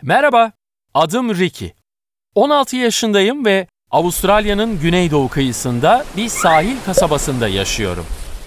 Merhaba, adım Ricky. 16 yaşındayım ve Avustralya'nın güneydoğu kıyısında bir sahil kasabasında yaşıyorum.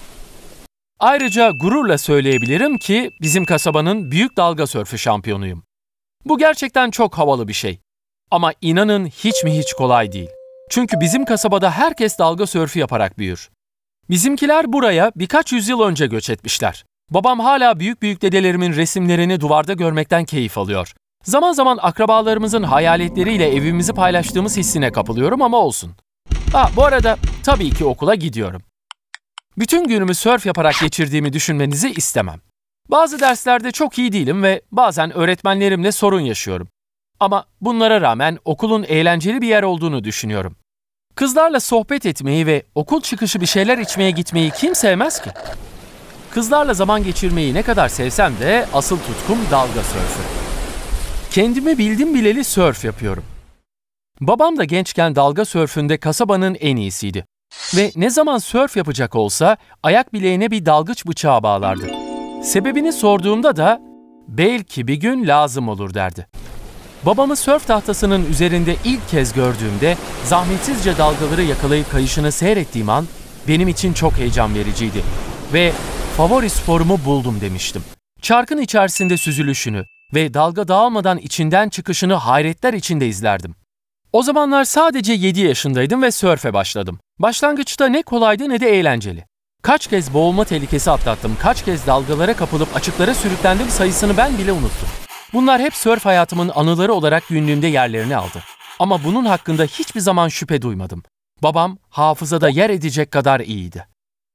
Ayrıca gururla söyleyebilirim ki bizim kasabanın büyük dalga sörfü şampiyonuyum. Bu gerçekten çok havalı bir şey. Ama inanın hiç mi hiç kolay değil. Çünkü bizim kasabada herkes dalga sörfü yaparak büyür. Bizimkiler buraya birkaç yüzyıl önce göç etmişler. Babam hala büyük dedelerimin resimlerini duvarda görmekten keyif alıyor. Zaman zaman akrabalarımızın hayaletleriyle evimizi paylaştığımız hissine kapılıyorum ama olsun. Bu arada tabii ki okula gidiyorum. Bütün günümü sörf yaparak geçirdiğimi düşünmenizi istemem. Bazı derslerde çok iyi değilim ve bazen öğretmenlerimle sorun yaşıyorum. Ama bunlara rağmen okulun eğlenceli bir yer olduğunu düşünüyorum. Kızlarla sohbet etmeyi ve okul çıkışı bir şeyler içmeye gitmeyi kim sevmez ki? Kızlarla zaman geçirmeyi ne kadar sevsem de asıl tutkum dalga sörfü. Kendimi bildim bileli sörf yapıyorum. Babam da gençken dalga sörfünde kasabanın en iyisiydi. Ve ne zaman sörf yapacak olsa ayak bileğine bir dalgıç bıçağı bağlardı. Sebebini sorduğumda da belki bir gün lazım olur derdi. Babamı sörf tahtasının üzerinde ilk kez gördüğümde zahmetsizce dalgaları yakalayıp kayışını seyrettiğim an benim için çok heyecan vericiydi. Ve favori sporumu buldum demiştim. Çarkın içerisinde süzülüşünü ve dalga dağılmadan içinden çıkışını hayretler içinde izlerdim. O zamanlar sadece 7 yaşındaydım ve sörfe başladım. Başlangıçta ne kolaydı ne de eğlenceli. Kaç kez boğulma tehlikesi atlattım, kaç kez dalgalara kapılıp açıklara sürüklendim sayısını ben bile unuttum. Bunlar hep sörf hayatımın anıları olarak günlüğümde yerlerini aldı. Ama bunun hakkında hiçbir zaman şüphe duymadım. Babam hafızada yer edecek kadar iyiydi.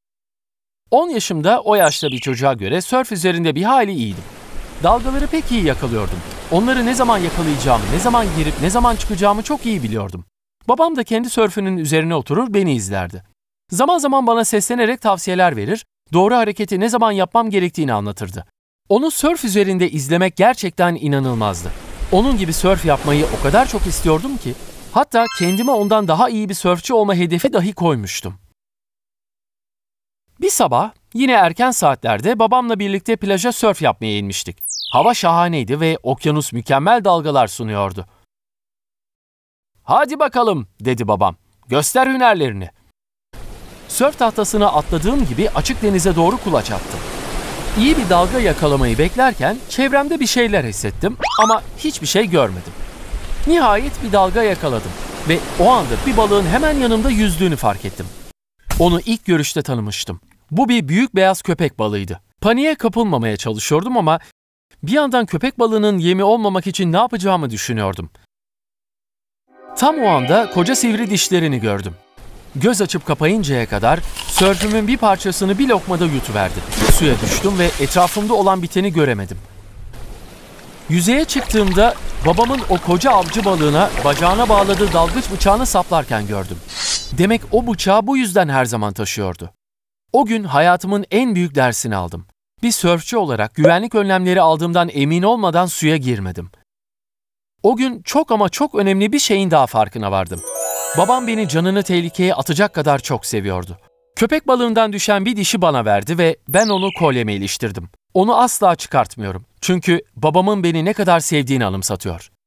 10 yaşımda o yaşta bir çocuğa göre sörf üzerinde bir hayli iyiydim. Dalgaları pek iyi yakalıyordum. Onları ne zaman yakalayacağımı, ne zaman girip ne zaman çıkacağımı çok iyi biliyordum. Babam da kendi sörfünün üzerine oturur beni izlerdi. Zaman zaman bana seslenerek tavsiyeler verir, doğru hareketi ne zaman yapmam gerektiğini anlatırdı. Onu sörf üzerinde izlemek gerçekten inanılmazdı. Onun gibi sörf yapmayı o kadar çok istiyordum ki, hatta kendime ondan daha iyi bir sörfçü olma hedefi dahi koymuştum. Bir sabah yine erken saatlerde babamla birlikte plaja sörf yapmaya inmiştik. Hava şahaneydi ve okyanus mükemmel dalgalar sunuyordu. "Hadi bakalım," dedi babam. "Göster hünerlerini." Sörf tahtasına atladığım gibi açık denize doğru kulaç attım. İyi bir dalga yakalamayı beklerken çevremde bir şeyler hissettim ama hiçbir şey görmedim. Nihayet bir dalga yakaladım ve o anda bir balığın hemen yanımda yüzdüğünü fark ettim. Onu ilk görüşte tanımıştım. Bu bir büyük beyaz köpek balığıydı. Paniğe kapılmamaya çalışıyordum ama bir yandan köpek balığının yemi olmamak için ne yapacağımı düşünüyordum. Tam o anda koca sivri dişlerini gördüm. Göz açıp kapayıncaya kadar sörfümün bir parçasını bir lokmada yutuverdi. Suya düştüm ve etrafımda olan biteni göremedim. Yüzeye çıktığımda babamın o koca avcı balığına bacağına bağladığı dalgıç bıçağını saplarken gördüm. Demek o bıçağı bu yüzden her zaman taşıyordu. O gün hayatımın en büyük dersini aldım. Bir sörfçü olarak güvenlik önlemleri aldığımdan emin olmadan suya girmedim. O gün çok ama çok önemli bir şeyin daha farkına vardım. Babam beni canını tehlikeye atacak kadar çok seviyordu. Köpek balığından düşen bir dişi bana verdi ve ben onu kolyeme iliştirdim. Onu asla çıkartmıyorum. Çünkü babamın beni ne kadar sevdiğini anımsatıyor.